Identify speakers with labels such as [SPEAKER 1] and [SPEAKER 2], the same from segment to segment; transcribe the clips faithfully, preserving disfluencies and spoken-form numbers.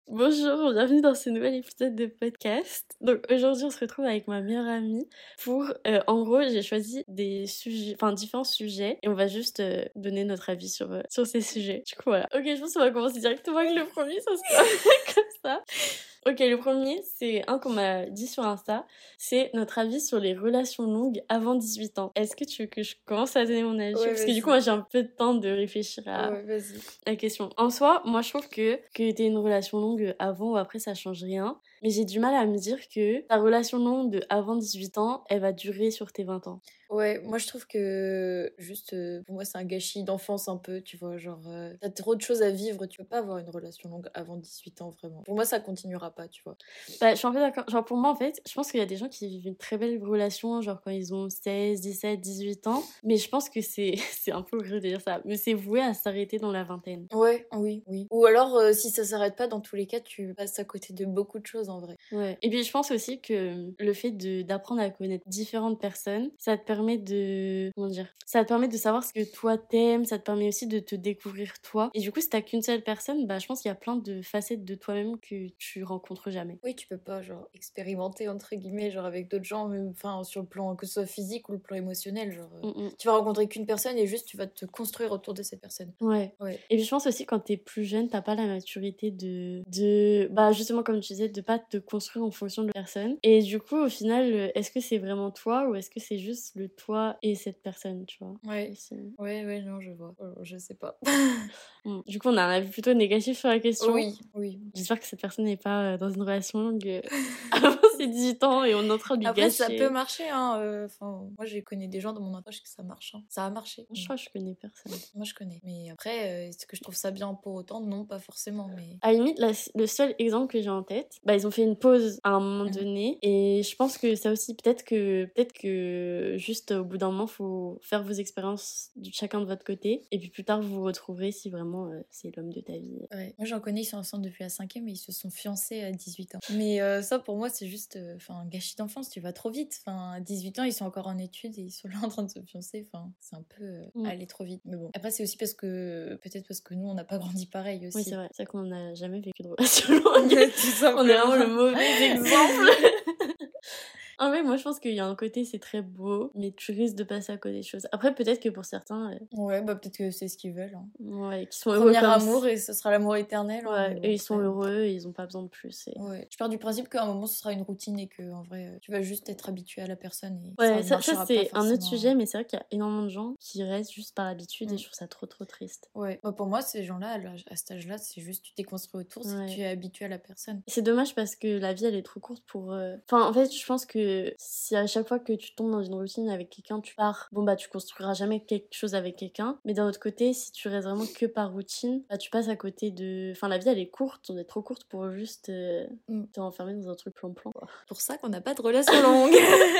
[SPEAKER 1] Bonjour, bienvenue dans ce nouvel épisode de podcast. Donc aujourd'hui on se retrouve avec ma meilleure amie pour, euh, en gros j'ai choisi des sujets, enfin différents sujets et on va juste euh, donner notre avis sur, euh, sur ces sujets. Du coup voilà. Ok, je pense qu'on va commencer directement avec le premier, ça sera comme ça. Ok, le premier, c'est un qu'on m'a dit sur Insta, c'est notre avis sur les relations longues avant dix-huit ans. Est-ce que tu veux que je commence à donner mon avis?
[SPEAKER 2] Ouais,
[SPEAKER 1] Parce que
[SPEAKER 2] vas-y.
[SPEAKER 1] du coup, moi, j'ai un peu de temps de réfléchir à
[SPEAKER 2] Ouais, vas-y.
[SPEAKER 1] la question. En soi, moi, je trouve que que t'aies une relation longue avant ou après, ça change rien. Mais j'ai du mal à me dire que ta relation longue de avant dix-huit ans, elle va durer sur tes vingt ans.
[SPEAKER 2] Ouais, moi je trouve que juste euh, pour moi c'est un gâchis d'enfance un peu, tu vois, genre euh, t'as trop de choses à vivre, tu peux pas avoir une relation longue avant dix-huit ans vraiment. Pour moi ça continuera pas, tu vois.
[SPEAKER 1] Bah, je suis un peu d'accord. Genre, pour moi, en fait, je pense qu'il y a des gens qui vivent une très belle relation, genre quand ils ont seize, dix-sept, dix-huit ans. Mais je pense que c'est c'est un peu horrible de dire ça. Mais c'est voué à s'arrêter dans la vingtaine.
[SPEAKER 2] Ouais, oui, oui. Ou alors euh, si ça s'arrête pas, dans tous les cas tu passes à côté de beaucoup de choses en vrai.
[SPEAKER 1] Ouais. Et puis, je pense aussi que le fait de d'apprendre à connaître différentes personnes, ça te permet de... Comment dire? Ça te permet de savoir ce que toi t'aimes, ça te permet aussi de te découvrir toi. Et du coup, si t'as qu'une seule personne, bah, je pense qu'il y a plein de facettes de toi-même que tu rencontres jamais.
[SPEAKER 2] Oui, tu peux pas genre expérimenter entre guillemets genre avec d'autres gens, même enfin sur le plan que ce soit physique ou le plan émotionnel, genre euh,
[SPEAKER 1] Mm, mm.
[SPEAKER 2] tu vas rencontrer qu'une personne et juste tu vas te construire autour de cette personne.
[SPEAKER 1] Ouais.
[SPEAKER 2] Ouais.
[SPEAKER 1] Et puis je pense aussi quand t'es plus jeune, t'as pas la maturité de, de, bah justement comme tu disais, de pas te construire en fonction de la personne. Et du coup, au final, euh, est-ce que c'est vraiment toi ou est-ce que c'est juste le toi et cette personne, tu vois?
[SPEAKER 2] Ouais.
[SPEAKER 1] C'est-
[SPEAKER 2] Ouais, ouais, non, je vois. Euh, Je sais pas.
[SPEAKER 1] Mm. Du coup, on a un avis plutôt négatif sur la question.
[SPEAKER 2] Oui, oui.
[SPEAKER 1] J'espère que cette personne n'est pas euh, dans une relation longue euh, avant ses dix-huit ans et on est en train de lui
[SPEAKER 2] Après,
[SPEAKER 1] gâcher.
[SPEAKER 2] ça peut marcher, hein. euh, Enfin, moi, j'ai connu des gens dans mon entourage que ça marche. hein. Ça a marché.
[SPEAKER 1] Je crois que je connais personne.
[SPEAKER 2] Moi, je connais. Mais après, euh, est-ce que je trouve ça bien pour autant? Non, pas forcément. Mais
[SPEAKER 1] À la limite, la- le seul exemple que j'ai en tête, bah, ils ont fait une pause à un moment
[SPEAKER 2] Mhm.
[SPEAKER 1] donné. Et je pense que ça aussi, peut-être que, peut-être que juste au bout d'un moment, faut faire vos expériences de chacun de votre côté. Et puis plus tard, vous vous retrouverez si vraiment euh, c'est l'homme de ta vie.
[SPEAKER 2] ouais. Moi, j'en connais, ils sont ensemble depuis la cinquième et ils se sont fiancés à dix-huit ans. Mais euh, ça, pour moi, c'est juste euh, enfin, un gâchis d'enfance. Tu vas trop vite. Enfin, à dix-huit ans, ils sont encore en études et ils sont là en train de se fiancer. Enfin, c'est un peu euh,
[SPEAKER 1] Mm.
[SPEAKER 2] aller trop vite. Mais bon. Après, c'est aussi parce que peut-être parce que nous, on n'a pas grandi pareil aussi.
[SPEAKER 1] Oui, c'est vrai. C'est vrai qu'on n'a jamais vécu de relation longue.
[SPEAKER 2] Tout simplement.
[SPEAKER 1] On est vraiment le mauvais exemple. En vrai, moi je pense qu'il y a un côté c'est très beau, mais tu risques de passer à côté des choses. Après, peut-être que pour certains, euh,
[SPEAKER 2] Ouais, bah peut-être que c'est ce qu'ils veulent. hein.
[SPEAKER 1] ouais, qui sont heureux
[SPEAKER 2] Premier
[SPEAKER 1] comme
[SPEAKER 2] amour et ce sera l'amour éternel. hein,
[SPEAKER 1] ouais,
[SPEAKER 2] mais bon,
[SPEAKER 1] et ils sont
[SPEAKER 2] après,
[SPEAKER 1] heureux et ils ont pas besoin de plus. Et...
[SPEAKER 2] Ouais. Je pars du principe qu'à un moment ce sera une routine et que en vrai tu vas juste être habitué à la personne et
[SPEAKER 1] Ouais,
[SPEAKER 2] ça,
[SPEAKER 1] ça,
[SPEAKER 2] marchera
[SPEAKER 1] ça c'est
[SPEAKER 2] pas
[SPEAKER 1] un autre
[SPEAKER 2] forcément.
[SPEAKER 1] sujet, mais c'est vrai qu'il y a énormément de gens qui restent juste par habitude et
[SPEAKER 2] Mm.
[SPEAKER 1] je trouve ça trop trop triste.
[SPEAKER 2] Ouais. Bah, pour moi ces gens-là à l'âge- à cet âge-là c'est juste tu t'es construit autour, c'est
[SPEAKER 1] Ouais.
[SPEAKER 2] que tu es habitué à la personne.
[SPEAKER 1] C'est dommage parce que la vie elle est trop courte pour. euh, Enfin, en fait, je pense que si à chaque fois que tu tombes dans une routine avec quelqu'un, tu pars, bon bah tu construiras jamais quelque chose avec quelqu'un. Mais d'un autre côté, si tu restes vraiment que par routine, bah tu passes à côté de. Enfin, la vie elle est courte, on est trop courte pour juste euh,
[SPEAKER 2] Mm.
[SPEAKER 1] te enfermer dans un truc plan-plan. quoi.
[SPEAKER 2] Pour ça qu'on n'a pas de relation longue.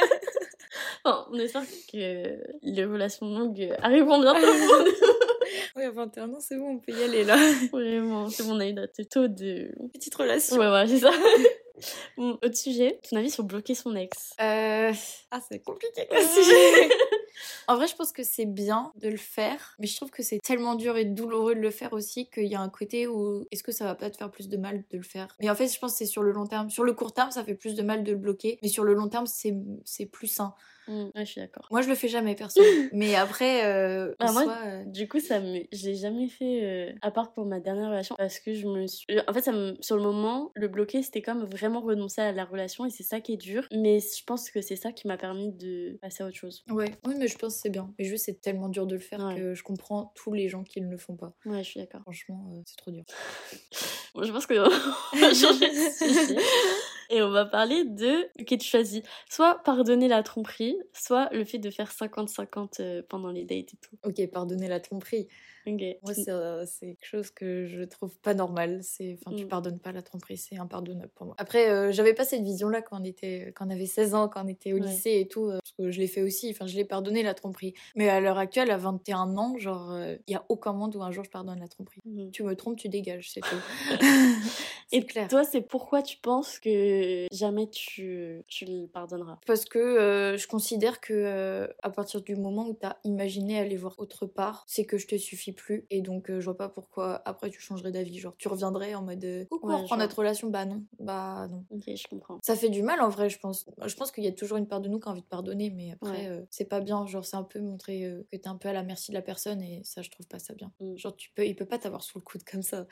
[SPEAKER 1] Enfin, on espère que les relations longues arriveront bientôt pour nous.
[SPEAKER 2] Oui, à vingt et un ans c'est bon, on peut y aller là.
[SPEAKER 1] Vraiment, c'est bon, on a eu notre taux de.
[SPEAKER 2] Petite relation.
[SPEAKER 1] Ouais, voilà, c'est ça. Bon, autre sujet, ton avis sur bloquer son ex?
[SPEAKER 2] Euh... Ah, c'est compliqué comme sujet. En vrai, je pense que c'est bien de le faire, mais je trouve que c'est tellement dur et douloureux de le faire aussi qu'il y a un côté où est-ce que ça va pas te faire plus de mal de le faire? Mais en fait, je pense que c'est sur le long terme. Sur le court terme, ça fait plus de mal de le bloquer, mais sur le long terme, c'est c'est plus sain.
[SPEAKER 1] Mmh, ouais, je suis d'accord.
[SPEAKER 2] Moi, je le fais jamais, perso. Mais après, euh, en
[SPEAKER 1] Bah, moi,
[SPEAKER 2] soi, euh,
[SPEAKER 1] du coup, ça me... j'ai jamais fait, euh, à part pour ma dernière relation, parce que je me suis... En fait, ça me... sur le moment, le bloquer, c'était comme vraiment renoncer à la relation, et c'est ça qui est dur. Mais je pense que c'est ça qui m'a permis de passer à autre chose.
[SPEAKER 2] ouais. Oui, mais je pense que c'est bien. Mais juste, c'est tellement dur de le faire
[SPEAKER 1] Ouais.
[SPEAKER 2] que je comprends tous les gens qui ne le font pas.
[SPEAKER 1] Ouais, je suis d'accord.
[SPEAKER 2] Franchement, euh, c'est trop dur.
[SPEAKER 1] Bon, je pense qu'on va changer de sujet. Et on va parler de... Ok, tu choisis soit pardonner la tromperie, soit le fait de faire cinquante cinquante euh, pendant les dates et tout.
[SPEAKER 2] Ok, pardonnez la tromperie.
[SPEAKER 1] Ok.
[SPEAKER 2] Moi, c'est euh, c'est quelque chose que je trouve pas normal. C'est, enfin, tu
[SPEAKER 1] Mm.
[SPEAKER 2] pardonnes pas la tromperie, c'est impardonnable pour moi. Après, euh, j'avais pas cette vision-là quand on était, quand on avait seize ans, quand on était au
[SPEAKER 1] Ouais.
[SPEAKER 2] lycée et tout, euh, parce que je l'ai fait aussi. Enfin, je l'ai pardonné la tromperie. Mais à l'heure actuelle, à vingt et un ans, genre, il y a aucun monde où un jour je pardonne la tromperie.
[SPEAKER 1] Mhm.
[SPEAKER 2] Tu me trompes, tu dégages, c'est tout. c'est
[SPEAKER 1] Et
[SPEAKER 2] clair.
[SPEAKER 1] toi, c'est pourquoi tu penses que jamais tu, tu le pardonneras?
[SPEAKER 2] Parce que euh, je considère que euh, à partir du moment où t'as imaginé aller voir autre part, c'est que je te suffis plus. Et donc, euh, je vois pas pourquoi après tu changerais d'avis. Genre, tu reviendrais en mode euh, coucou,
[SPEAKER 1] Ouais,
[SPEAKER 2] on reprend
[SPEAKER 1] genre.
[SPEAKER 2] notre relation. Bah non, bah non.
[SPEAKER 1] Ok, je comprends.
[SPEAKER 2] Ça fait du mal en vrai, je pense. Je pense qu'il y a toujours une part de nous qui a envie de pardonner, mais après,
[SPEAKER 1] Ouais.
[SPEAKER 2] euh, c'est pas bien. Genre, c'est un peu montrer euh, que t'es un peu à la merci de la personne et ça, je trouve pas ça bien.
[SPEAKER 1] Mm.
[SPEAKER 2] Genre, tu peux, il peut pas t'avoir sous le coude comme ça.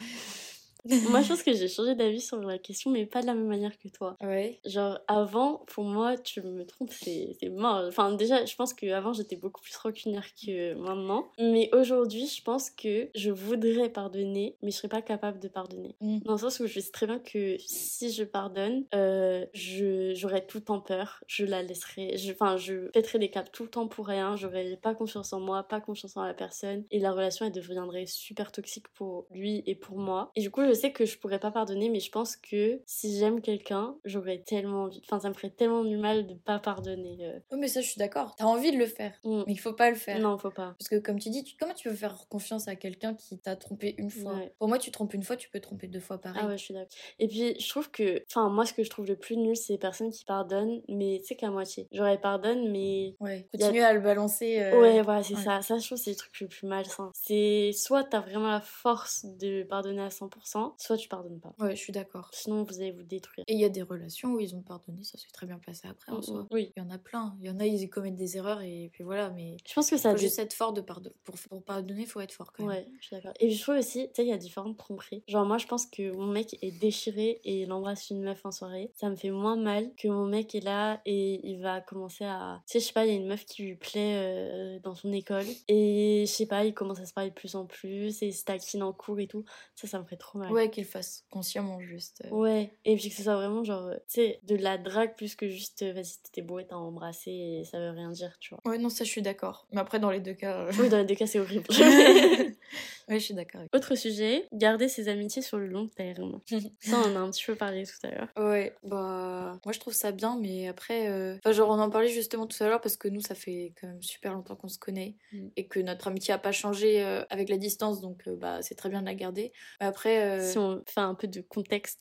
[SPEAKER 1] Moi, je pense que j'ai changé d'avis sur la question, mais pas de la même manière que toi.
[SPEAKER 2] Ouais.
[SPEAKER 1] Genre, avant, pour moi, tu me trompes, c'est c'est mort. Enfin, déjà, je pense qu'avant, j'étais beaucoup plus rancunière que maintenant. Mais aujourd'hui, je pense que je voudrais pardonner, mais je serais pas capable de pardonner.
[SPEAKER 2] Mm.
[SPEAKER 1] Dans le sens où je sais très bien que si je pardonne, euh, je, j'aurais tout le temps peur. Je la laisserai. je- Enfin, je pèterais des câbles tout le temps pour rien. J'aurais pas confiance en moi, pas confiance en la personne. Et la relation, elle deviendrait super toxique pour lui et pour moi. Et du coup, je sais que je pourrais pas pardonner, mais je pense que si j'aime quelqu'un, j'aurais tellement envie. Enfin, ça me ferait tellement du mal de pas pardonner. euh.
[SPEAKER 2] Oui, mais ça, je suis d'accord. T'as envie de le faire,
[SPEAKER 1] Mm.
[SPEAKER 2] mais il faut pas le faire.
[SPEAKER 1] Non, faut pas.
[SPEAKER 2] Parce que comme tu dis, tu- comment tu peux faire confiance à quelqu'un qui t'a trompé une fois?
[SPEAKER 1] Ouais.
[SPEAKER 2] Pour moi, tu trompes une fois, tu peux te tromper deux fois pareil.
[SPEAKER 1] Ah ouais, je suis d'accord. Et puis, je trouve que, enfin, moi, ce que je trouve le plus nul, c'est les personnes qui pardonnent, mais tu sais qu'à moitié. Genre, elles pardonnent, mais.
[SPEAKER 2] Ouais.
[SPEAKER 1] Y a-
[SPEAKER 2] Continuer à le balancer. euh,
[SPEAKER 1] Ouais, voilà, c'est
[SPEAKER 2] ouais.
[SPEAKER 1] ça. Ça, je trouve, c'est le truc le plus malsain. C'est soit t'as vraiment la force de pardonner à cent pour cent, soit tu pardonnes pas.
[SPEAKER 2] Ouais, je suis d'accord.
[SPEAKER 1] Sinon, vous allez vous détruire.
[SPEAKER 2] Et il y a des relations où ils ont pardonné, ça s'est très bien passé après en
[SPEAKER 1] Mm,
[SPEAKER 2] soi.
[SPEAKER 1] mm. Oui.
[SPEAKER 2] Il y en a plein. Il y en a, ils commettent des erreurs et puis voilà, mais
[SPEAKER 1] Je pense que ça
[SPEAKER 2] faut
[SPEAKER 1] dé-
[SPEAKER 2] juste être fort de pardon. Pour, pour pardonner, faut être fort quand même.
[SPEAKER 1] Ouais, je suis d'accord. Et puis je trouve aussi, tu sais, il y a différentes tromperies. Genre, moi, je pense que mon mec est déchiré et il embrasse une meuf en soirée. Ça me fait moins mal que mon mec est là et il va commencer à. Tu sais, je sais pas, il y a une meuf qui lui plaît euh, dans son école. Et je sais pas, il commence à se parler de plus en plus et il se taquine en cours et tout. Ça, ça me ferait trop mal.
[SPEAKER 2] Ouais, qu'ils le fassent consciemment juste. euh.
[SPEAKER 1] Ouais, et puis que ce soit vraiment genre, euh, tu sais, de la drague plus que juste, euh, vas-y, t'es beau et t'as embrassé et ça veut rien dire, tu vois.
[SPEAKER 2] Ouais, non, ça, je suis d'accord. Mais après, dans les deux cas. euh,
[SPEAKER 1] Oui, dans les deux cas, c'est horrible.
[SPEAKER 2] Ouais, je suis d'accord. avec
[SPEAKER 1] Autre sujet, garder ses amitiés sur le long terme. Ça, on en a un petit peu parlé tout à l'heure.
[SPEAKER 2] Ouais, bah moi je trouve ça bien, mais après, euh, enfin genre on en parlait justement tout à l'heure parce que nous ça fait quand même super longtemps qu'on se connaît
[SPEAKER 1] Mm.
[SPEAKER 2] et que notre amitié a pas changé euh, avec la distance, donc euh, bah c'est très bien de la garder. Mais après, euh,
[SPEAKER 1] Si on fait un peu de contexte.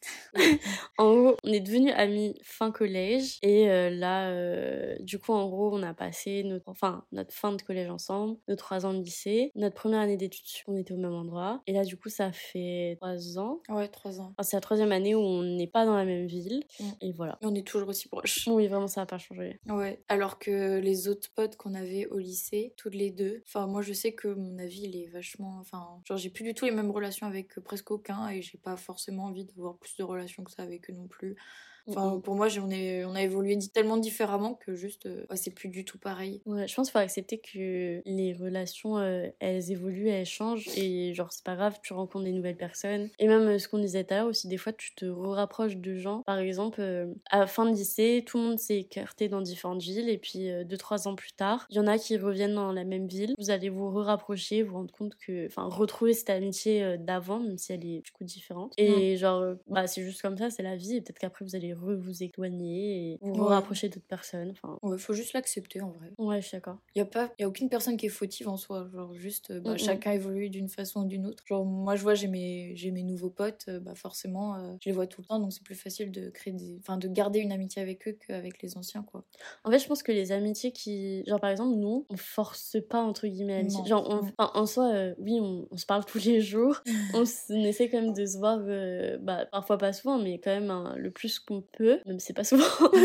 [SPEAKER 1] En gros, on est devenus amis fin collège et euh, là, euh, du coup, en gros, on a passé notre, enfin, notre fin de collège ensemble, nos trois ans de lycée, notre première année d'études, on était au même endroit. Et là, du coup, ça fait trois ans.
[SPEAKER 2] ouais, trois ans.
[SPEAKER 1] Enfin, c'est la troisième année où on n'est pas dans la même ville.
[SPEAKER 2] Mm.
[SPEAKER 1] Et voilà.
[SPEAKER 2] Mais on est toujours aussi proches.
[SPEAKER 1] Oui, vraiment, ça n'a pas changé.
[SPEAKER 2] Ouais. Alors que les autres potes qu'on avait au lycée, toutes les deux, enfin moi je sais que mon avis il est vachement, enfin genre j'ai plus du tout les mêmes relations avec euh, presque aucun et j'ai pas forcément envie d'avoir plus de relations que ça avec eux non plus. Enfin,
[SPEAKER 1] Mm-mm.
[SPEAKER 2] pour moi, j'ai- on, est, on a évolué di- tellement différemment que juste, euh, ouais, c'est plus du tout pareil.
[SPEAKER 1] Ouais, je pense qu'il faut accepter que les relations, euh, elles évoluent, elles changent. Et genre, c'est pas grave, tu rencontres des nouvelles personnes. Et même euh, ce qu'on disait tout à l'heure aussi, des fois, tu te rapproches de gens. Par exemple, euh, à la fin de lycée, tout le monde s'est écarté dans différentes villes. Et puis, euh, deux, trois ans plus tard, il y en a qui reviennent dans la même ville. Vous allez vous rapprocher, vous rendre compte que... Enfin, retrouver cette amitié euh, d'avant, même si elle est du coup différente. Et genre, euh, bah, c'est juste comme ça, c'est la vie. Et peut-être qu'après, vous allez re vous éloigner et vous
[SPEAKER 2] Ouais.
[SPEAKER 1] rapprocher d'autres personnes. Enfin,
[SPEAKER 2] Ouais, faut juste l'accepter en vrai.
[SPEAKER 1] ouais, je suis d'accord.
[SPEAKER 2] Il y a pas, y a aucune personne qui est fautive en soi. Genre juste, euh, bah,
[SPEAKER 1] Mm-mm.
[SPEAKER 2] chacun évolue d'une façon ou d'une autre. Genre moi, je vois, j'ai mes, j'ai mes nouveaux potes, euh, bah forcément, euh, je les vois tout le temps, donc c'est plus facile de créer des, enfin, de garder une amitié avec eux qu'avec les anciens, quoi.
[SPEAKER 1] En fait, je pense que les amitiés qui... Genre, par exemple, nous, on force pas, entre guillemets, l'amitié.
[SPEAKER 2] Non.
[SPEAKER 1] Genre, on...
[SPEAKER 2] Mm.
[SPEAKER 1] enfin, en soi, euh, oui, on, on se parle tous les jours. on, s- on essaie quand même de se voir, euh, bah, parfois pas souvent, mais quand même hein, le plus qu'on peut. Même si c'est pas souvent.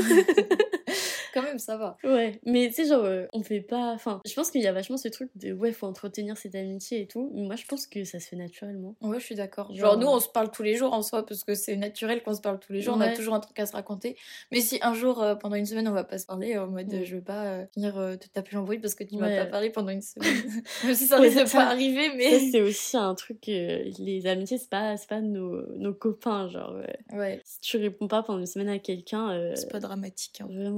[SPEAKER 2] Quand même, ça va.
[SPEAKER 1] Ouais, mais tu sais, genre, euh, on fait pas... Enfin, je pense qu'il y a vachement ce truc de, ouais, faut entretenir cette amitié et tout. Mais moi, je pense que ça se fait naturellement.
[SPEAKER 2] Ouais, je suis d'accord.
[SPEAKER 1] Genre,
[SPEAKER 2] Genre, nous, on se parle tous les jours en soi parce que c'est naturel qu'on se parle tous les jours. On a
[SPEAKER 1] Ouais.
[SPEAKER 2] toujours un truc à se raconter. Mais si un jour, euh, pendant une semaine, on va pas se parler, en mode,
[SPEAKER 1] Mm.
[SPEAKER 2] euh, je veux pas euh, venir euh, te taper l'embrouille parce que tu
[SPEAKER 1] Ouais.
[SPEAKER 2] m'as pas parlé pendant une semaine. Même si ça
[SPEAKER 1] Ouais,
[SPEAKER 2] risque de
[SPEAKER 1] ça-
[SPEAKER 2] pas arriver,
[SPEAKER 1] Ça,
[SPEAKER 2] mais.
[SPEAKER 1] c'est aussi un truc... euh, les amitiés, c'est pas, c'est pas nos, nos copains, genre... euh,
[SPEAKER 2] Ouais,
[SPEAKER 1] si tu réponds pas pendant une semaine à quelqu'un... euh,
[SPEAKER 2] c'est pas dramatique. Hein.
[SPEAKER 1] Vraiment.
[SPEAKER 2] Ça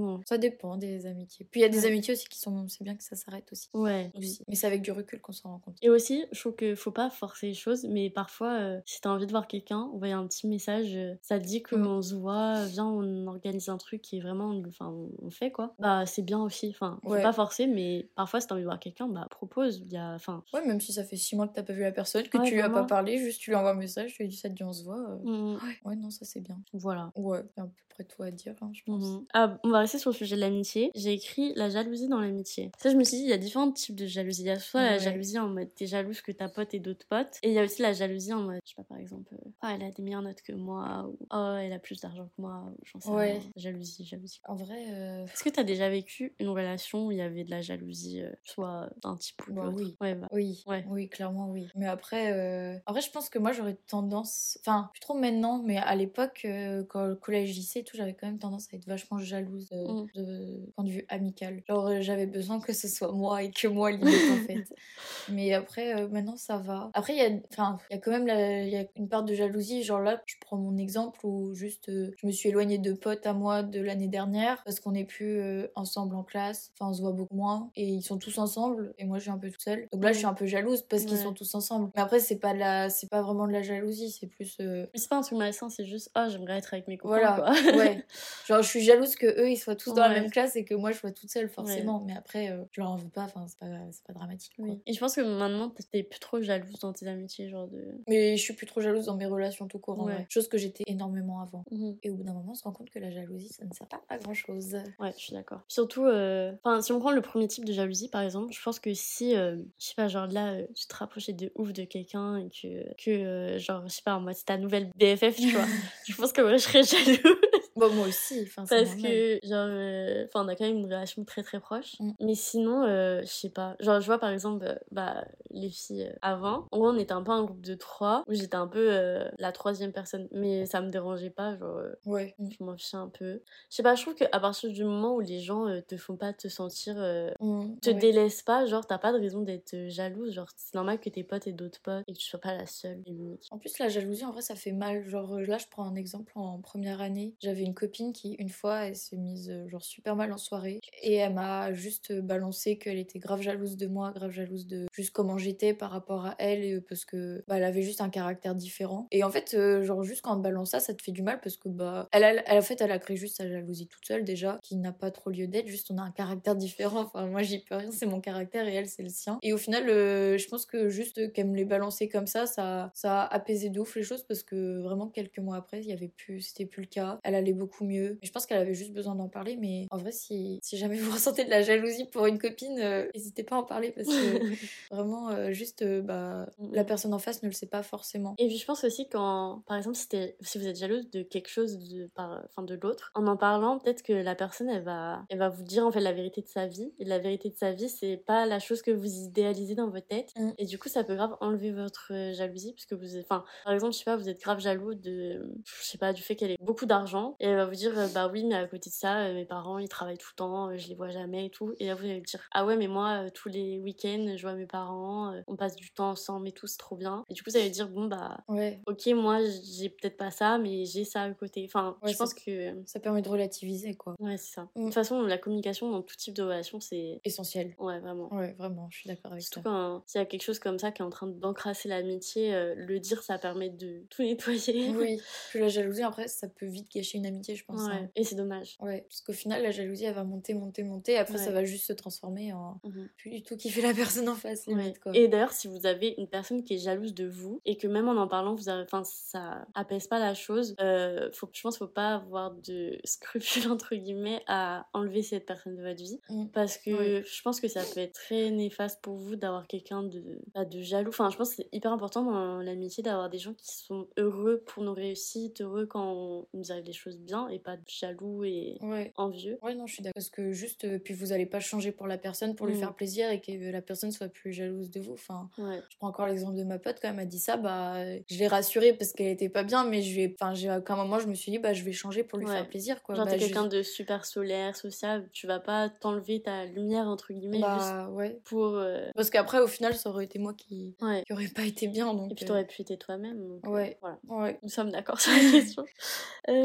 [SPEAKER 2] dépend des amitiés. Puis il y a des
[SPEAKER 1] Ouais.
[SPEAKER 2] amitiés aussi qui sont... C'est bien que ça s'arrête aussi.
[SPEAKER 1] Ouais.
[SPEAKER 2] aussi. Mais c'est avec du recul qu'on s'en rend compte.
[SPEAKER 1] Et aussi, je trouve qu'il faut pas forcer les choses, mais parfois, euh, si t'as envie de voir quelqu'un, envoyer un petit message, euh, ça te dit qu'on
[SPEAKER 2] Mm.
[SPEAKER 1] se voit, viens, on organise un truc et vraiment, on, enfin, on, on fait quoi. Bah, c'est bien aussi. Enfin, faut
[SPEAKER 2] Ouais.
[SPEAKER 1] pas forcer, mais parfois, si t'as envie de voir quelqu'un, bah, propose. Il y a, enfin,
[SPEAKER 2] Ouais, même si ça fait six mois que t'as pas vu la personne, que
[SPEAKER 1] Ouais,
[SPEAKER 2] tu lui as pas
[SPEAKER 1] vraiment.
[SPEAKER 2] parlé, juste tu lui envoies un message, tu lui dis ça te dit on se voit. euh.
[SPEAKER 1] Mhm.
[SPEAKER 2] Ouais. Ouais, non, ça c'est bien.
[SPEAKER 1] Voilà.
[SPEAKER 2] Ouais, c'est à peu près tout à dire, hein, je pense.
[SPEAKER 1] Mhm. Ah, on va rester sur le sujet de l'amitié. J'ai écrit la jalousie dans l'amitié. Ça, je me suis dit, il y a différents types de jalousie. Il y a soit la
[SPEAKER 2] Ouais.
[SPEAKER 1] jalousie en mode t'es jalouse que ta pote et d'autres potes. Et il y a aussi la jalousie en mode, je sais pas, par exemple, euh, oh, elle a des meilleures notes que moi, ou oh, elle a plus d'argent que moi, ou j'en sais
[SPEAKER 2] Ouais.
[SPEAKER 1] rien. Jalousie, jalousie.
[SPEAKER 2] En vrai, euh,
[SPEAKER 1] Est-ce que t'as déjà vécu une relation où il y avait de la jalousie, euh, soit d'un type ou de
[SPEAKER 2] bah
[SPEAKER 1] l'autre?
[SPEAKER 2] oui.
[SPEAKER 1] Ouais, bah.
[SPEAKER 2] Oui,
[SPEAKER 1] Ouais.
[SPEAKER 2] oui, clairement oui. Mais après, euh, en vrai, je pense que moi j'aurais tendance, enfin, plus trop maintenant, mais à l'époque, euh, quand le collège, lycée et tout, j'avais quand même tendance à être vachement jalouse de,
[SPEAKER 1] Mm.
[SPEAKER 2] de point de vue amical. Genre, euh, j'avais besoin que ce soit moi et que moi limite en fait. Mais après, euh, maintenant ça va. Après, il y a, enfin, il y a quand même la- il y a une part de jalousie. Genre là, je prends mon exemple où juste, euh, je me suis éloignée de potes à moi de l'année dernière parce qu'on n'est plus euh, ensemble en classe. Enfin, on se voit beaucoup moins et ils sont tous ensemble et moi je suis un peu toute seule. Donc là, je suis un peu jalouse parce qu'ils
[SPEAKER 1] Ouais.
[SPEAKER 2] sont tous ensemble. Mais après, c'est pas de la, c'est pas vraiment de la jalousie, c'est plus. euh,
[SPEAKER 1] Mais c'est pas un truc malsain, c'est juste, oh, j'aimerais être avec mes copains,
[SPEAKER 2] Voilà,
[SPEAKER 1] quoi.
[SPEAKER 2] ouais. Genre, je suis jalouse que eux ils soient tous dans la
[SPEAKER 1] Ouais.
[SPEAKER 2] même classe et que moi je sois toute seule, forcément. Mais après, euh, je leur en veux pas, enfin, c'est pas, c'est pas dramatique. Quoi.
[SPEAKER 1] Oui. Et je pense que maintenant, t'es plus trop jalouse dans tes amitiés, genre de.
[SPEAKER 2] Mais je suis plus trop jalouse dans mes relations tout court, en
[SPEAKER 1] Ouais.
[SPEAKER 2] vrai. Chose que j'étais énormément avant.
[SPEAKER 1] Mhm.
[SPEAKER 2] Et au bout d'un moment, on se rend compte que la jalousie, ça ne sert pas à grand chose.
[SPEAKER 1] Ouais, je suis d'accord. Surtout, euh, enfin, si on prend le premier type de jalousie, par exemple, je pense que si, euh, je sais pas, genre là, euh, tu te rapprochais de ouf de quelqu'un et que, que euh, genre, je sais pas, en mode, c'est ta nouvelle B F F, tu vois, je pense que moi, je serais jalouse.
[SPEAKER 2] Bon, moi aussi, enfin, c'est
[SPEAKER 1] Parce
[SPEAKER 2] normal.
[SPEAKER 1] que, genre, euh, enfin, on a quand même une relation très très proche.
[SPEAKER 2] Mm.
[SPEAKER 1] Mais sinon, euh, je sais pas. Genre, je vois par exemple, euh, bah, les filles euh, avant. En gros, on était un peu un groupe de trois où j'étais un peu euh, la troisième personne. Mais ça me dérangeait pas, genre, euh,
[SPEAKER 2] Ouais. Mm.
[SPEAKER 1] je m'en fichais un peu. Je sais pas, je trouve qu'à partir du moment où les gens euh, te font pas te sentir. Euh,
[SPEAKER 2] Mm,
[SPEAKER 1] te
[SPEAKER 2] ouais.
[SPEAKER 1] délaissent pas, genre, t'as pas de raison d'être euh, jalouse. Genre, c'est normal que tes potes aient d'autres potes et que tu sois pas la seule et l'unique.
[SPEAKER 2] En plus, la jalousie, en vrai, ça fait mal. Genre, euh, là, je prends un exemple en première année. J'avais une copine qui, une fois, elle s'est mise, euh, genre, super mal en soirée. Et elle m'a juste euh, balancé qu'elle était grave jalouse de moi, grave jalouse de juste comment j'étais par rapport à elle, et, euh, parce que, bah, elle avait juste un caractère différent. Et en fait, euh, genre, juste quand on te balance ça, ça te fait du mal parce que, bah, elle, a- elle, en fait, elle a créé juste sa jalousie toute seule, déjà, qui n'a pas trop lieu d'être. Juste, on a un caractère différent. Enfin, moi, j'y peux rien, c'est mon caractère et elle, c'est le sien. Et au final, euh, je pense que juste qu'elle me l'ait balancé comme ça, ça, ça a apaisé de ouf les choses parce que vraiment, quelques mois après, il y avait plus, c'était plus le cas. Elle allait beaucoup mieux. Et je pense qu'elle avait juste besoin d'en parler. Mais en vrai, si, si jamais vous ressentez de la jalousie pour une copine, euh, n'hésitez pas à en parler parce que vraiment, euh, juste, euh, bah, la personne en face ne le sait pas forcément.
[SPEAKER 1] Et puis je pense aussi quand, par exemple, si, t'es- si vous êtes jalouse de quelque chose de, par, enfin, de l'autre, en en parlant, peut-être que la personne, elle va, elle va vous dire en fait la vérité de sa vie. Et la vérité de sa vie, c'est pas la chose que vous idéalisez dans votre tête.
[SPEAKER 2] Mm.
[SPEAKER 1] Et du coup, ça peut grave enlever votre euh, jalousie, parce que vous, êtes- enfin, par exemple, je sais pas, vous êtes grave jaloux de, je sais pas, du fait qu'elle ait beaucoup d'argent. Et elle va vous dire, euh, bah oui, mais à côté de ça, euh, mes parents, ils travaillent tout le temps, euh, je les vois jamais et tout. Et là, vous allez dire, ah ouais, mais moi, euh, tous les week-ends, je vois mes parents, euh, on passe du temps ensemble et tout, c'est trop bien. Et du coup, ça veut dire, bon, bah,
[SPEAKER 2] Ouais.
[SPEAKER 1] ok, moi, j'ai peut-être pas ça, mais j'ai ça à côté. Enfin,
[SPEAKER 2] Ouais,
[SPEAKER 1] je pense
[SPEAKER 2] ça-
[SPEAKER 1] que.
[SPEAKER 2] Ça permet de relativiser, quoi.
[SPEAKER 1] Ouais, c'est ça.
[SPEAKER 2] Mm.
[SPEAKER 1] De toute façon, la communication dans tout type de relation, c'est.
[SPEAKER 2] Essentiel.
[SPEAKER 1] Ouais, vraiment.
[SPEAKER 2] Ouais, vraiment, je suis d'accord avec
[SPEAKER 1] Surtout
[SPEAKER 2] ça.
[SPEAKER 1] quand s'il y a quelque chose comme ça qui est en train d'encrasser l'amitié, euh, le dire, ça permet de tout nettoyer.
[SPEAKER 2] Oui, puis la jalousie, après, ça peut vite gâcher une amitié, je pense.
[SPEAKER 1] Ouais,
[SPEAKER 2] hein.
[SPEAKER 1] et c'est dommage.
[SPEAKER 2] Ouais, parce qu'au final, la jalousie, elle va monter, monter, monter. Après, ça
[SPEAKER 1] Ouais.
[SPEAKER 2] va juste se transformer en
[SPEAKER 1] Mhm.
[SPEAKER 2] plus du tout kiffer la personne en face, limite,
[SPEAKER 1] Ouais.
[SPEAKER 2] quoi.
[SPEAKER 1] Et d'ailleurs, si vous avez une personne qui est jalouse de vous et que même en en parlant, vous avez, enfin, ça apaise pas la chose, euh, faut, je pense qu'il faut pas avoir de scrupules entre guillemets à enlever cette personne de votre vie,
[SPEAKER 2] Mm.
[SPEAKER 1] parce que
[SPEAKER 2] Ouais.
[SPEAKER 1] je pense que ça peut être très néfaste pour vous d'avoir quelqu'un de, bah, de jaloux. Enfin, je pense que c'est hyper important dans l'amitié d'avoir des gens qui sont heureux pour nos réussites, heureux quand on nous arrive des choses bien et pas jaloux et
[SPEAKER 2] Ouais.
[SPEAKER 1] envieux.
[SPEAKER 2] Ouais, non, je suis d'accord. Parce que juste, euh, puis vous allez pas changer pour la personne pour lui
[SPEAKER 1] Mm.
[SPEAKER 2] faire plaisir et que la personne soit plus jalouse de vous. Enfin,
[SPEAKER 1] Ouais.
[SPEAKER 2] je prends encore l'exemple de ma pote, quand elle m'a dit ça, bah, euh, je l'ai rassurée parce qu'elle était pas bien, mais je vais, enfin, j'ai, à un moment, je me suis dit, bah, je vais changer pour lui
[SPEAKER 1] Ouais.
[SPEAKER 2] faire plaisir, quoi.
[SPEAKER 1] Genre,
[SPEAKER 2] bah,
[SPEAKER 1] t'es quelqu'un
[SPEAKER 2] je-
[SPEAKER 1] de super solaire, sociable, tu vas pas t'enlever ta lumière, entre guillemets, juste
[SPEAKER 2] Bah, ouais.
[SPEAKER 1] pour. euh,
[SPEAKER 2] Parce qu'après, au final, ça aurait été moi qui,
[SPEAKER 1] Ouais.
[SPEAKER 2] qui aurait pas été bien, donc.
[SPEAKER 1] Et puis
[SPEAKER 2] euh,
[SPEAKER 1] t'aurais pu être toi-même. Donc, euh,
[SPEAKER 2] Ouais.
[SPEAKER 1] voilà.
[SPEAKER 2] Ouais.
[SPEAKER 1] Nous sommes d'accord sur la question. Euh,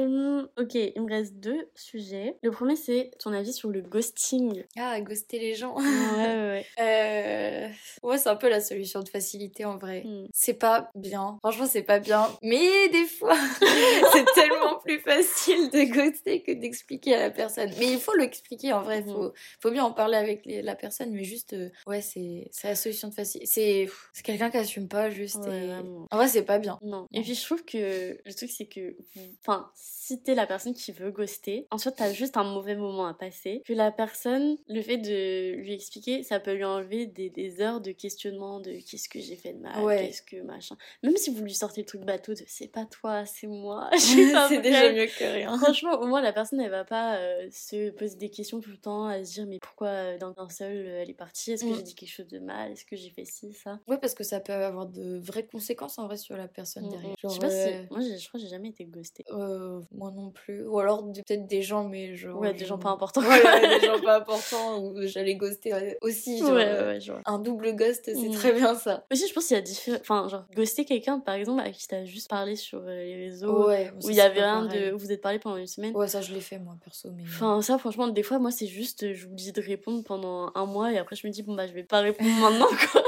[SPEAKER 1] Ok, il me reste deux sujets. Le premier, c'est ton avis sur le ghosting.
[SPEAKER 2] Ah, ghoster les gens.
[SPEAKER 1] Ouais, ouais, ouais.
[SPEAKER 2] Euh... Ouais, c'est un peu la solution de facilité en vrai.
[SPEAKER 1] Hmm.
[SPEAKER 2] C'est pas bien. Franchement, c'est pas bien. Mais des fois, c'est tellement plus facile de ghoster que d'expliquer à la personne. Mais il faut l'expliquer en vrai.
[SPEAKER 1] Mhm.
[SPEAKER 2] Faut, faut bien en parler avec les- la personne. Mais juste, euh, ouais, c'est c'est la solution de facilité. C'est c'est quelqu'un qui assume pas juste.
[SPEAKER 1] Ouais,
[SPEAKER 2] et...
[SPEAKER 1] vraiment.
[SPEAKER 2] En vrai, c'est pas bien.
[SPEAKER 1] Non. Et puis je trouve que le truc c'est que, enfin, si t'es la personne qui veut ghoster, en soi t'as juste un mauvais moment à passer. Que la personne, le fait de lui expliquer, ça peut lui enlever des, des heures de questionnement de qu'est-ce que j'ai fait de mal,
[SPEAKER 2] Ouais.
[SPEAKER 1] qu'est-ce que machin. Même si vous lui sortez le truc bateau de c'est pas toi, c'est moi, j'ai pas
[SPEAKER 2] C'est
[SPEAKER 1] vrai.
[SPEAKER 2] déjà mieux que rien.
[SPEAKER 1] Franchement, au moins la personne elle va pas euh, se poser des questions tout le temps, à se dire mais pourquoi euh, d'un d'un seul euh, elle est partie, est-ce que
[SPEAKER 2] Mm.
[SPEAKER 1] j'ai dit quelque chose de mal, est-ce que j'ai fait ci, ça.
[SPEAKER 2] Ouais, parce que ça peut avoir de vraies conséquences en vrai sur la personne
[SPEAKER 1] Mm,
[SPEAKER 2] derrière.
[SPEAKER 1] mm.
[SPEAKER 2] Genre,
[SPEAKER 1] Je sais pas si.
[SPEAKER 2] euh,
[SPEAKER 1] Moi j'ai- je crois que j'ai jamais été ghostée.
[SPEAKER 2] Euh, moi non plus. Ou alors des- peut-être des gens, mais genre.
[SPEAKER 1] Ouais, des
[SPEAKER 2] je-
[SPEAKER 1] gens pas importants.
[SPEAKER 2] Voilà, des gens pas importants où j'allais ghoster euh, aussi. Genre,
[SPEAKER 1] Ouais,
[SPEAKER 2] euh,
[SPEAKER 1] ouais, ouais, je vois.
[SPEAKER 2] un double ghost, c'est
[SPEAKER 1] Mm.
[SPEAKER 2] très bien ça.
[SPEAKER 1] Aussi, je pense qu'il y a différents. Enfin, genre, ghoster quelqu'un, par exemple, à qui t'as juste parlé sur euh, les réseaux,
[SPEAKER 2] Ouais,
[SPEAKER 1] où
[SPEAKER 2] ça,
[SPEAKER 1] il y
[SPEAKER 2] c'est
[SPEAKER 1] avait
[SPEAKER 2] pas
[SPEAKER 1] rien
[SPEAKER 2] pareil.
[SPEAKER 1] de. Vous êtes parlé pendant une semaine.
[SPEAKER 2] Ouais, ça je l'ai fait moi perso, mais.
[SPEAKER 1] Enfin, ça, franchement, des fois, moi, c'est juste, euh, j'oublie de répondre pendant un mois et après, je me dis, bon, bah, je vais pas répondre maintenant, quoi.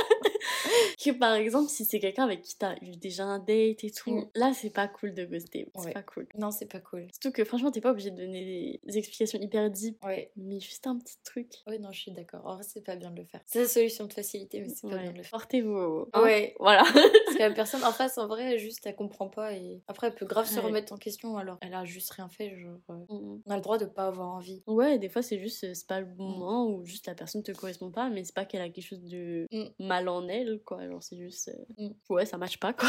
[SPEAKER 1] Que par exemple, si c'est quelqu'un avec qui t'as eu déjà un date et tout,
[SPEAKER 2] Mm.
[SPEAKER 1] là, c'est pas cool de ghoster. C'est
[SPEAKER 2] Ouais.
[SPEAKER 1] pas cool.
[SPEAKER 2] Non, c'est pas cool.
[SPEAKER 1] Surtout que, franchement, t'es pas obligé de donner des explications hyper deep,
[SPEAKER 2] Ouais.
[SPEAKER 1] mais juste un petit truc.
[SPEAKER 2] Ouais, non, je suis d'accord. En vrai, c'est pas bien de le faire. C'est la solution de facilité, mais c'est pas
[SPEAKER 1] Ouais.
[SPEAKER 2] bien de le faire.
[SPEAKER 1] Portez-vous. hein.
[SPEAKER 2] Ouais.
[SPEAKER 1] Voilà.
[SPEAKER 2] Parce que la personne en face, en vrai, juste, elle comprend pas et après, elle peut grave se
[SPEAKER 1] Ouais.
[SPEAKER 2] remettre en question alors elle a juste rien fait. Genre, euh,
[SPEAKER 1] Mm.
[SPEAKER 2] on a le droit de pas avoir envie.
[SPEAKER 1] Ouais, des fois c'est juste, euh, c'est pas le bon
[SPEAKER 2] Mm.
[SPEAKER 1] moment ou juste la personne te correspond pas, mais c'est pas qu'elle a quelque chose de
[SPEAKER 2] Mm.
[SPEAKER 1] mal en elle, quoi. Genre c'est juste. euh,
[SPEAKER 2] Mm.
[SPEAKER 1] Ouais, ça matche pas, quoi.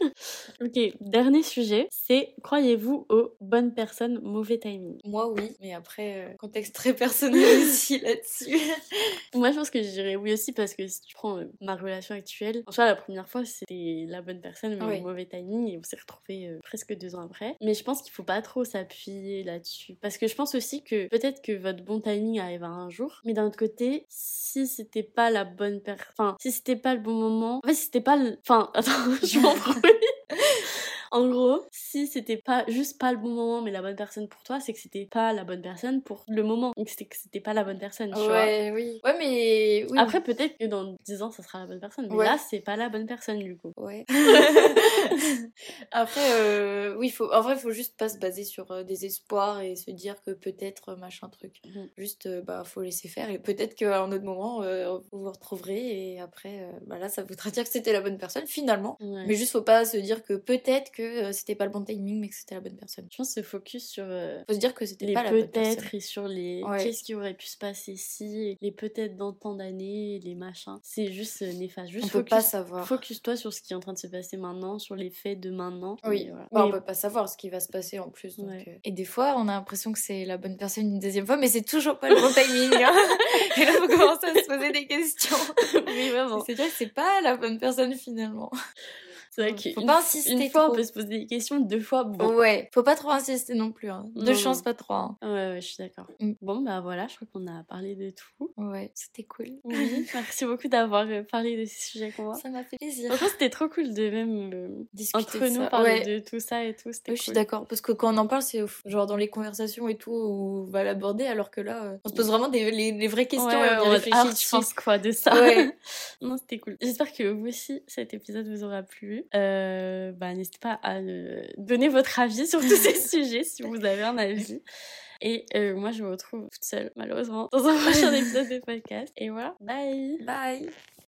[SPEAKER 1] Ok, dernier sujet, c'est croyez-vous aux bonnes personnes, mauvais timing?
[SPEAKER 2] Moi, oui, mais après, euh, contexte très personnel aussi là-dessus.
[SPEAKER 1] Moi je pense que je dirais oui aussi parce que si tu prends euh, ma relation actuelle, en soi la première fois c'était la bonne personne, mais
[SPEAKER 2] Ouais.
[SPEAKER 1] au mauvais timing et on s'est retrouvés euh, presque deux ans après. Mais je pense qu'il faut pas trop s'appuyer là-dessus. Parce que je pense aussi que peut-être que votre bon timing arrivera un jour, mais d'un autre côté, si c'était pas la bonne personne, enfin, si c'était pas le bon moment, en fait, si c'était pas le. Enfin, attends, je m'embrouille. En gros, si c'était pas juste pas le bon moment mais la bonne personne pour toi, c'est que c'était pas la bonne personne pour le moment. Donc c'était que c'était pas la bonne personne, tu vois.
[SPEAKER 2] Ouais, oui. Ouais, mais. Oui.
[SPEAKER 1] Après, peut-être que dans dix ans, ça sera la bonne personne. Mais
[SPEAKER 2] Ouais.
[SPEAKER 1] là, c'est pas la bonne personne, du coup.
[SPEAKER 2] Ouais. Après, euh, oui, faut... en vrai, il faut juste pas se baser sur euh, des espoirs et se dire que peut-être euh, machin truc.
[SPEAKER 1] Mhm.
[SPEAKER 2] Juste, euh, bah, faut laisser faire et peut-être qu'à un autre moment, euh, vous vous retrouverez et après, euh, bah là, ça voudra dire que c'était la bonne personne finalement.
[SPEAKER 1] Ouais.
[SPEAKER 2] Mais juste, faut pas se dire que peut-être que euh, c'était pas le bon timing, mais que c'était la bonne personne.
[SPEAKER 1] Je pense se focus sur euh,
[SPEAKER 2] Faut se dire que c'était
[SPEAKER 1] les
[SPEAKER 2] pas la bonne personne.
[SPEAKER 1] peut-être et sur les
[SPEAKER 2] Ouais.
[SPEAKER 1] qu'est-ce qui aurait pu se passer si, et les peut-être dans tant d'années, les machins. C'est juste euh, néfaste. Juste
[SPEAKER 2] On peut
[SPEAKER 1] focus,
[SPEAKER 2] pas savoir.
[SPEAKER 1] focus-toi sur ce qui est en train de se passer maintenant, sur les faits de maintenant.
[SPEAKER 2] Oui,
[SPEAKER 1] Et voilà.
[SPEAKER 2] bah, on
[SPEAKER 1] Mais-
[SPEAKER 2] peut pas savoir ce qui va se passer en plus. Donc,
[SPEAKER 1] Ouais.
[SPEAKER 2] euh. Et des fois, on a l'impression que c'est la bonne personne une deuxième fois, mais c'est toujours pas le bon timing. Hein. Et là, faut commencer à se poser des questions.
[SPEAKER 1] Oui, vraiment.
[SPEAKER 2] C'est dire que c'est pas la bonne personne finalement.
[SPEAKER 1] C'est vrai
[SPEAKER 2] Faut
[SPEAKER 1] qu'une
[SPEAKER 2] pas insister
[SPEAKER 1] une fois,
[SPEAKER 2] trop.
[SPEAKER 1] on peut se poser des questions, deux fois, bon.
[SPEAKER 2] Ouais, faut pas trop insister non plus. Hein. Deux
[SPEAKER 1] Non,
[SPEAKER 2] chances,
[SPEAKER 1] non.
[SPEAKER 2] pas trois. Hein.
[SPEAKER 1] Ouais, ouais, je suis d'accord.
[SPEAKER 2] Mm.
[SPEAKER 1] Bon, bah voilà, je crois qu'on a parlé de tout.
[SPEAKER 2] Ouais, c'était cool.
[SPEAKER 1] Oui, merci beaucoup d'avoir euh, parlé de ces sujets avec moi.
[SPEAKER 2] Ça m'a fait plaisir.
[SPEAKER 1] Franchement, c'était trop cool de même euh,
[SPEAKER 2] Discuter
[SPEAKER 1] entre
[SPEAKER 2] de
[SPEAKER 1] nous
[SPEAKER 2] ça.
[SPEAKER 1] parler
[SPEAKER 2] Ouais.
[SPEAKER 1] de tout ça et tout. C'était
[SPEAKER 2] Oui, je suis
[SPEAKER 1] cool.
[SPEAKER 2] d'accord. Parce que quand on en parle, c'est genre dans les conversations et tout, où on va l'aborder, alors que là, euh, on se pose vraiment des, les, les vraies questions
[SPEAKER 1] Ouais,
[SPEAKER 2] et on
[SPEAKER 1] en
[SPEAKER 2] y
[SPEAKER 1] mode,
[SPEAKER 2] réfléchit
[SPEAKER 1] ah, tu
[SPEAKER 2] dessus.
[SPEAKER 1] penses quoi de ça?
[SPEAKER 2] Ouais.
[SPEAKER 1] Non, c'était cool. J'espère que vous aussi, cet épisode vous aura plu. Euh, bah, n'hésitez pas à euh, donner votre avis sur tous ces sujets si vous avez un avis. Et euh, moi, je me retrouve toute seule, malheureusement, dans un prochain épisode de podcast. Et voilà, bye!
[SPEAKER 2] Bye.